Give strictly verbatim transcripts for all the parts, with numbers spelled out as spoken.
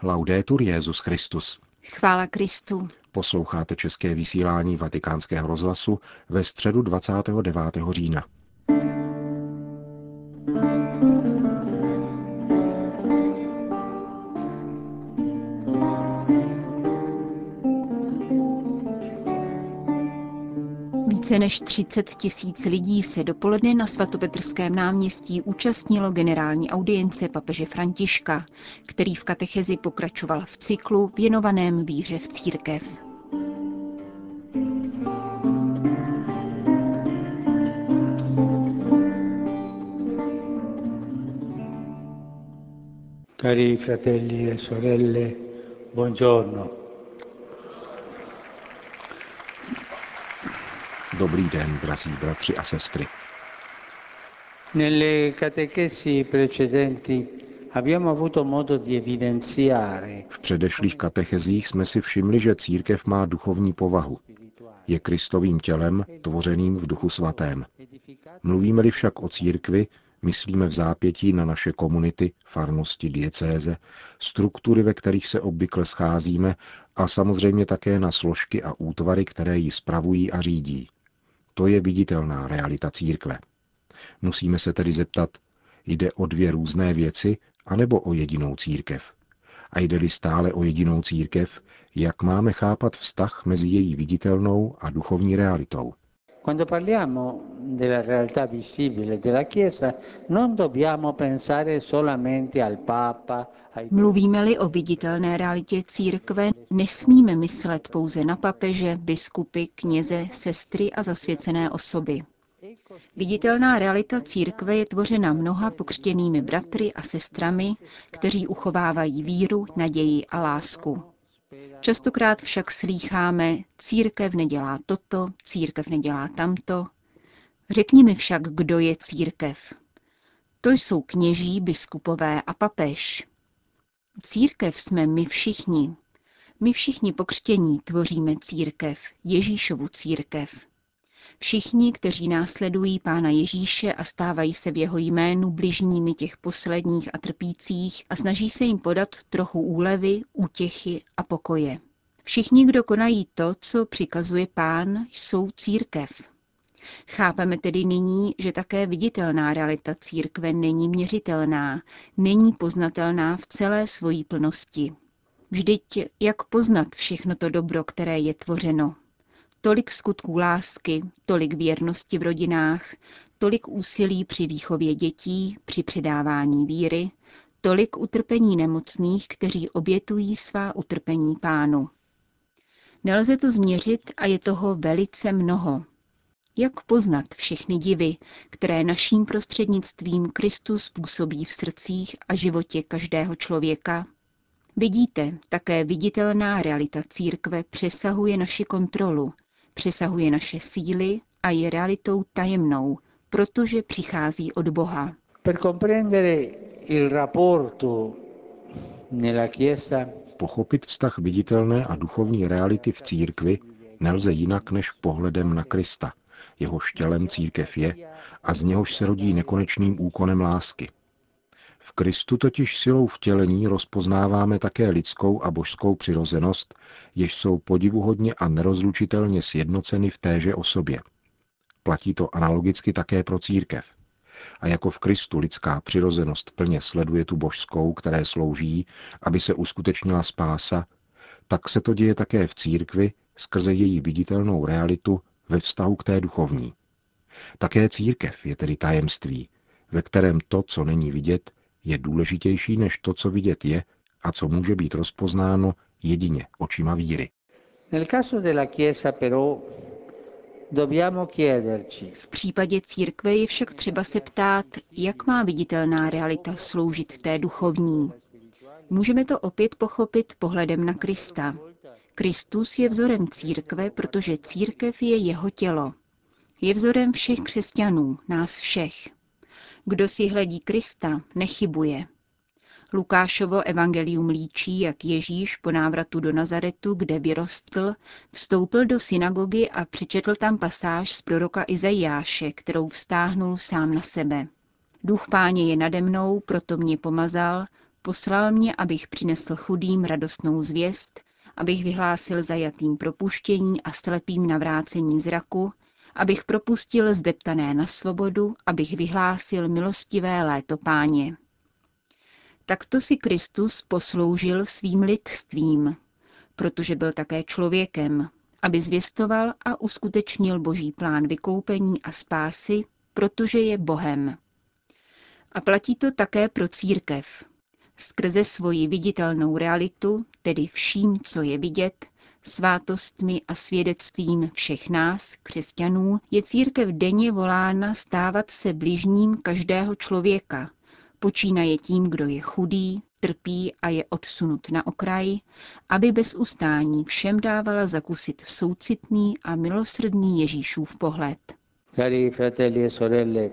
Laudetur Jesus Christus. Chvála Kristu. Posloucháte české vysílání Vatikánského rozhlasu ve středu dvacátého devátého října. Více než třicet tisíc lidí se dopoledne na svatopetrském náměstí účastnilo generální audience papeže Františka, který v katechezi pokračoval v cyklu věnovaném víře v církev. Cari fratelli e sorelle, buongiorno. Dobrý den, drazí bratři a sestry. Nelle catechesi precedenti abbiamo avuto modo di evidenziare. V předešlých katechezích jsme si všimli, že církev má duchovní povahu. Je Kristovým tělem, tvořeným v Duchu Svatém. Mluvíme-li však o církvi, myslíme v zápětí na naše komunity, farnosti, diecéze, struktury, ve kterých se obvykle scházíme, a samozřejmě také na složky a útvary, které ji spravují a řídí. To je viditelná realita církve. Musíme se tedy zeptat, jde o dvě různé věci, anebo o jedinou církev? A jde-li stále o jedinou církev, jak máme chápat vztah mezi její viditelnou a duchovní realitou? Quando parliamo della realtà visibile della Chiesa, non dobbiamo pensare solamente al Papa. Mluvíme-li o viditelné realitě církve, nesmíme myslet pouze na papeže, biskupy, kněze, sestry a zasvěcené osoby. Viditelná realita církve je tvořena mnoha pokřtěnými bratry a sestrami, kteří uchovávají víru, naději a lásku. Častokrát však slýcháme, církev nedělá toto, církev nedělá tamto. Řekni mi však, kdo je církev. To jsou kněží, biskupové a papež. Církev jsme my všichni. My všichni pokřtění tvoříme církev, Ježíšovu církev. Všichni, kteří následují Pána Ježíše a stávají se v jeho jménu bližními těch posledních a trpících a snaží se jim podat trochu úlevy, útěchy a pokoje. Všichni, kdo konají to, co přikazuje Pán, jsou církev. Chápeme tedy nyní, že také viditelná realita církve není měřitelná, není poznatelná v celé svojí plnosti. Vždyť jak poznat všechno to dobro, které je tvořeno? Tolik skutků lásky, tolik věrnosti v rodinách, tolik úsilí při výchově dětí, při předávání víry, tolik utrpení nemocných, kteří obětují svá utrpení Pánu. Nelze to změřit a je toho velice mnoho. Jak poznat všechny divy, které naším prostřednictvím Kristus působí v srdcích a životě každého člověka? Vidíte, také viditelná realita církve přesahuje naši kontrolu, přesahuje naše síly a je realitou tajemnou, protože přichází od Boha. Per comprendere il rapporto nella Chiesa. Pochopit vztah viditelné a duchovní reality v církvi nelze jinak než pohledem na Krista. Jehož tělem církev je a z něhož se rodí nekonečným úkonem lásky. V Kristu totiž silou vtělení rozpoznáváme také lidskou a božskou přirozenost, jež jsou podivuhodně a nerozlučitelně sjednoceny v téže osobě. Platí to analogicky také pro církev. A jako v Kristu lidská přirozenost plně sleduje tu božskou, které slouží, aby se uskutečnila spása, tak se to děje také v církvi skrze její viditelnou realitu ve vztahu k té duchovní. Také církev je tedy tajemství, ve kterém to, co není vidět, je důležitější než to, co vidět je a co může být rozpoznáno jedině očima víry. V případě církve je však třeba se ptát, jak má viditelná realita sloužit té duchovní. Můžeme to opět pochopit pohledem na Krista. Kristus je vzorem církve, protože církev je jeho tělo. Je vzorem všech křesťanů, nás všech. Kdo si hledí Krista, nechybuje. Lukášovo evangelium líčí, jak Ježíš po návratu do Nazaretu, kde vyrostl, vstoupil do synagogy a přečetl tam pasáž z proroka Izajáše, kterou vztáhnul sám na sebe. Duch Páně je nade mnou, proto mě pomazal, Poslal mě, abych přinesl chudým radostnou zvěst, abych vyhlásil zajatým propuštění a slepým navrácení zraku, abych propustil zdeptané na svobodu, abych vyhlásil milostivé léto Páně. Takto si Kristus posloužil svým lidstvím, protože byl také člověkem, aby zvěstoval a uskutečnil boží plán vykoupení a spásy, protože je Bohem. A platí to také pro církev. Skrze svoji viditelnou realitu, tedy vším, co je vidět, svátostmi a svědectvím všech nás, křesťanů, je církev denně volána stávat se bližním každého člověka, počínaje tím, kdo je chudý, trpí a je odsunut na okraj, aby bez ustání všem dávala zakusit soucitný a milosrdný Ježíšův pohled. Cari fratelli e sorelle,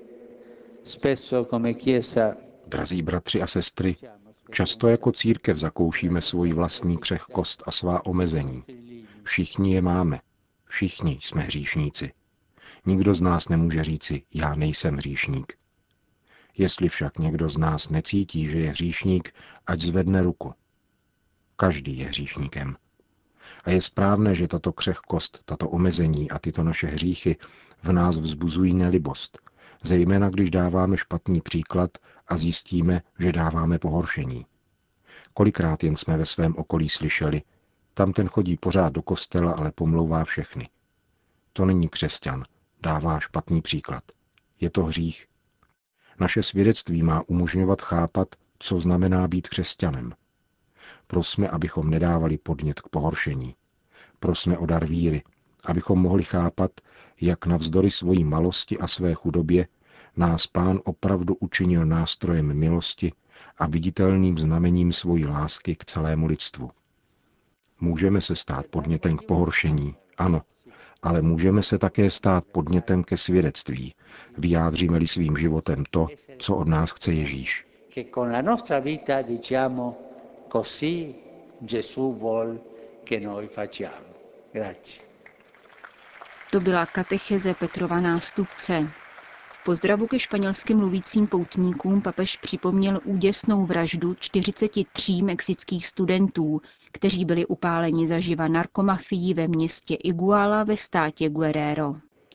spesso come Chiesa Drazí bratři a sestry, často jako církev zakoušíme svoji vlastní křehkost a svá omezení. Všichni je máme. Všichni jsme hříšníci. Nikdo z nás nemůže říci, já nejsem hříšník. Jestli však někdo z nás necítí, že je hříšník, ať zvedne ruku. Každý je hříšníkem. A je správné, že tato křehkost, tato omezení a tyto naše hříchy v nás vzbuzují nelibost, zejména když dáváme špatný příklad a zjistíme, že dáváme pohoršení. Kolikrát jen jsme ve svém okolí slyšeli, tam ten chodí pořád do kostela, ale pomlouvá všechny. To není křesťan, dává špatný příklad. Je to hřích. Naše svědectví má umožňovat chápat, co znamená být křesťanem. Prosme, abychom nedávali podnět k pohoršení. Prosme o dar víry, abychom mohli chápat, jak navzdory svojí malosti a své chudobě nás Pán opravdu učinil nástrojem milosti a viditelným znamením svojí lásky k celému lidstvu. Můžeme se stát podnětem k pohoršení, ano, ale můžeme se také stát podnětem ke svědectví, vyjádříme-li svým životem to, co od nás chce Ježíš. To byla katecheze Petrova nástupce. V pozdravu ke španělsky mluvícím poutníkům papež připomněl úděsnou vraždu čtyřiceti tří mexických studentů, kteří byli upáleni zaživa narkomafií ve městě Iguala ve státě Guerrero.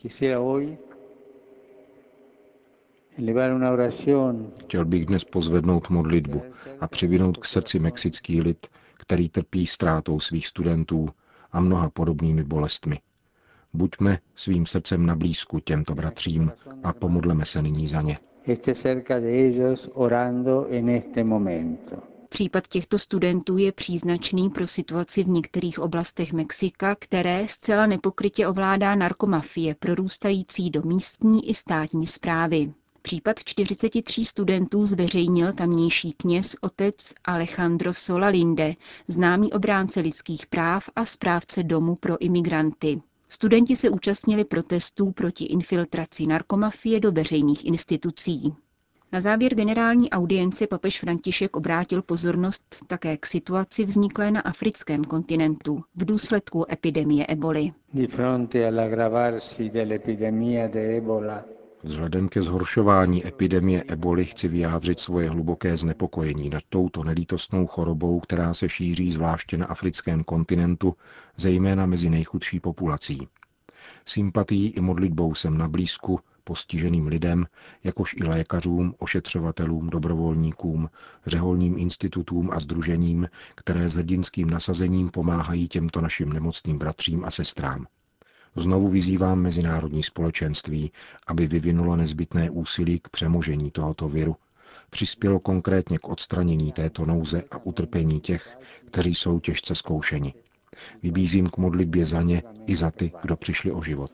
Chtěl bych dnes pozvednout modlitbu a přivinout k srdci mexický lid, který trpí ztrátou svých studentů a mnoha podobnými bolestmi. Buďme svým srdcem na blízku těmto bratřím a pomodleme se nyní za ně. Případ těchto studentů je příznačný pro situaci v některých oblastech Mexika, které zcela nepokrytě ovládá narkomafie, prorůstající do místní i státní správy. Případ čtyřiceti tří studentů zveřejnil tamnější kněz otec Alejandro Solalinde, známý obránce lidských práv a správce domu pro imigranty. Studenti se účastnili protestů proti infiltraci narkomafie do veřejných institucí. Na závěr generální audience papež František obrátil pozornost také k situaci vzniklé na africkém kontinentu v důsledku epidemie eboli. Vzhledem ke zhoršování epidemie eboli chci vyjádřit svoje hluboké znepokojení nad touto nelítostnou chorobou, která se šíří zvláště na africkém kontinentu, zejména mezi nejchudší populací. Sympatií i modlitbou jsem na blízku postiženým lidem, jakož i lékařům, ošetřovatelům, dobrovolníkům, řeholním institutům a sdružením, které s hrdinským nasazením pomáhají těmto našim nemocným bratřím a sestrám. Znovu vyzývám mezinárodní společenství, aby vyvinulo nezbytné úsilí k přemožení tohoto viru, přispělo konkrétně k odstranění této nouze a utrpení těch, kteří jsou těžce zkoušeni. Vybízím k modlitbě za ně i za ty, kdo přišli o život.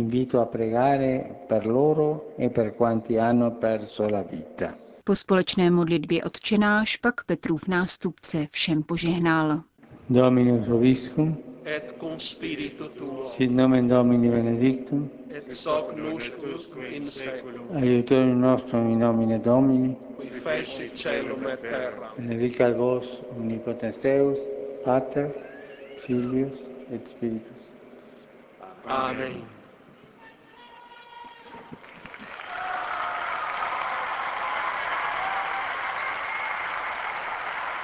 Po společné modlitbě Otčenáš pak Petrův nástupce všem požehnal. Dominus vobiscum, et cum spiritu tuo, sit nomen Domini benedictum, et soc nusquam in saeculum, aiutorium nostrum in nomine Domini, qui feci caelum et terra. benedicat vos omnipotens Deus, Pater, Filius et Spiritus. Amen.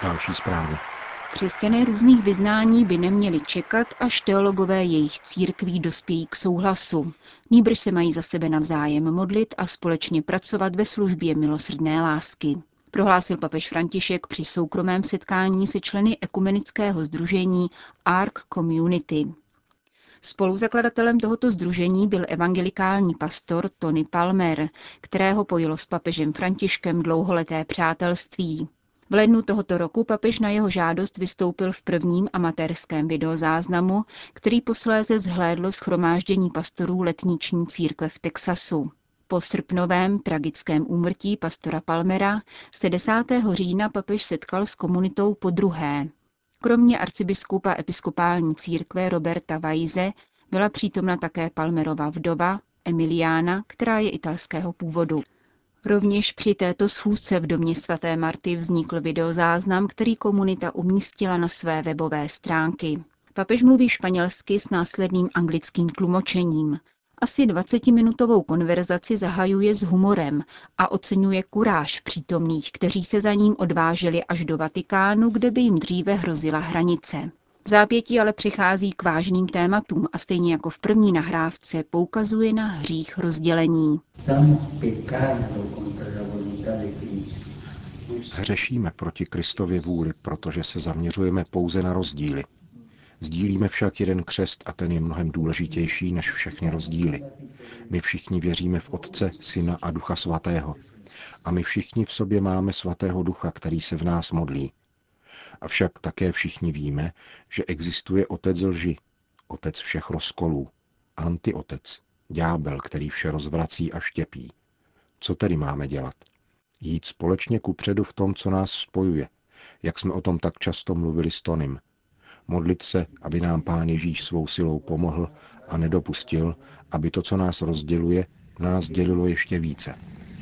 Další zprávy. Křesťané různých vyznání by neměli čekat, až teologové jejich církví dospějí k souhlasu. Nýbrž se mají za sebe navzájem modlit a společně pracovat ve službě milosrdné lásky, prohlásil papež František při soukromém setkání se členy ekumenického sdružení Ark Community. Spoluzakladatelem tohoto sdružení byl evangelikální pastor Tony Palmer, kterého pojilo s papežem Františkem dlouholeté přátelství. V lednu tohoto roku papež na jeho žádost vystoupil v prvním amatérském videozáznamu, který posléze zhlédlo shromáždění pastorů letniční církve v Texasu. Po srpnovém tragickém úmrtí pastora Palmera se desátého října papež setkal s komunitou podruhé. Kromě arcibiskupa episkopální církve Roberta Weise byla přítomna také Palmerova vdova Emiliana, která je italského původu. Rovněž při této schůzce v domě svaté Marty vznikl videozáznam, který komunita umístila na své webové stránky. Papež mluví španělsky s následným anglickým tlumočením. Asi dvacetiminutovou konverzaci zahajuje s humorem a oceňuje kuráž přítomných, kteří se za ním odváželi až do Vatikánu, kde by jim dříve hrozila hranice. V zápětí ale přichází k vážným tématům a stejně jako v první nahrávce poukazuje na hřích rozdělení. Hřešíme proti Kristově vůli, protože se zaměřujeme pouze na rozdíly. Sdílíme však jeden křest a ten je mnohem důležitější než všechny rozdíly. My všichni věříme v Otce, Syna a Ducha Svatého. A my všichni v sobě máme Svatého Ducha, který se v nás modlí. Avšak také všichni víme, že existuje otec lži, otec všech rozkolů, antiotec, ďábel, který vše rozvrací a štěpí. Co tedy máme dělat? Jít společně kupředu v tom, co nás spojuje, jak jsme o tom tak často mluvili s Tonym. Modlit se, aby nám Pán Ježíš svou silou pomohl a nedopustil, aby to, co nás rozděluje, nás dělilo ještě více.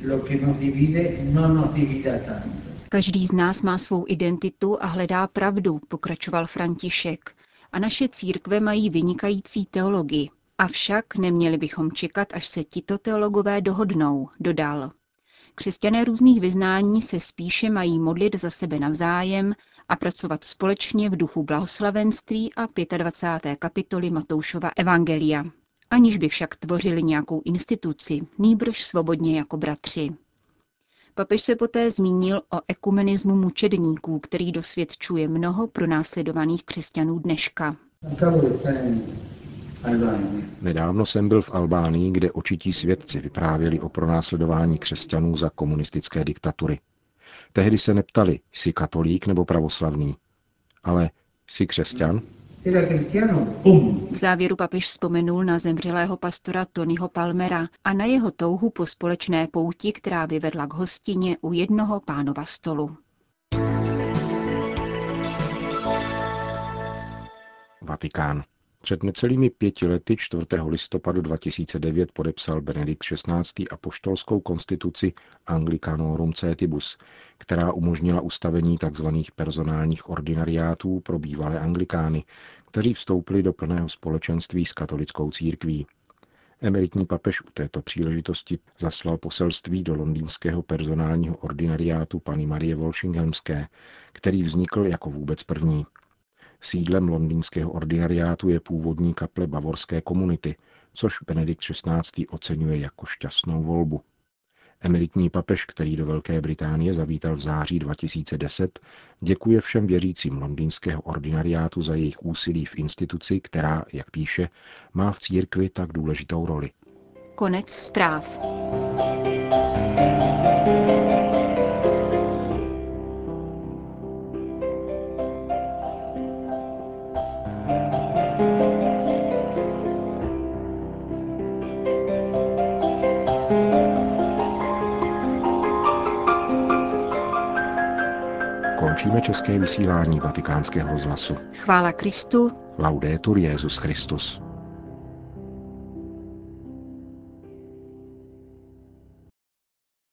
Každý z nás má svou identitu a hledá pravdu, pokračoval František. A naše církve mají vynikající teologii. Avšak neměli bychom čekat, až se tito teologové dohodnou, dodal. Křesťané různých vyznání se spíše mají modlit za sebe navzájem a pracovat společně v duchu blahoslavenství a dvacáté páté kapitoly Matoušova evangelia, aniž by však tvořili nějakou instituci, nýbrž svobodně jako bratři. Papež se poté zmínil o ekumenismu mučedníků, který dosvědčuje mnoho pronásledovaných křesťanů dneška. Nedávno jsem byl v Albánii, kde očití svědci vyprávěli o pronásledování křesťanů za komunistické diktatury. Tehdy se neptali, jsi katolík nebo pravoslavný, ale jsi křesťan? V závěru papež vzpomenul na zemřelého pastora Tonyho Palmera a na jeho touhu po společné pouti, která vyvedla k hostině u jednoho Pánova stolu. Vatikán. Před necelými pěti lety čtvrtého listopadu dva tisíce devět podepsal Benedikt šestnáctý apoštolskou konstituci Anglicanorum Coetibus, která umožnila ustavení tzv. Personálních ordinariátů pro bývalé anglikány, kteří vstoupili do plného společenství s katolickou církví. Emeritní papež u této příležitosti zaslal poselství do londýnského personálního ordinariátu Panny Marie Walsinghamské, který vznikl jako vůbec první. Sídlem londýnského ordinariátu je původní kaple bavorské komunity, což Benedikt šestnáctý oceňuje jako šťastnou volbu. Emeritní papež, který do Velké Británie zavítal v září dva tisíce deset, děkuje všem věřícím londýnského ordinariátu za jejich úsilí v instituci, která, jak píše, má v církvi tak důležitou roli. Konec zpráv. Končíme české vysílání Vatikánského rozhlasu. Chvála Kristu. Laudetur Jesus Christus.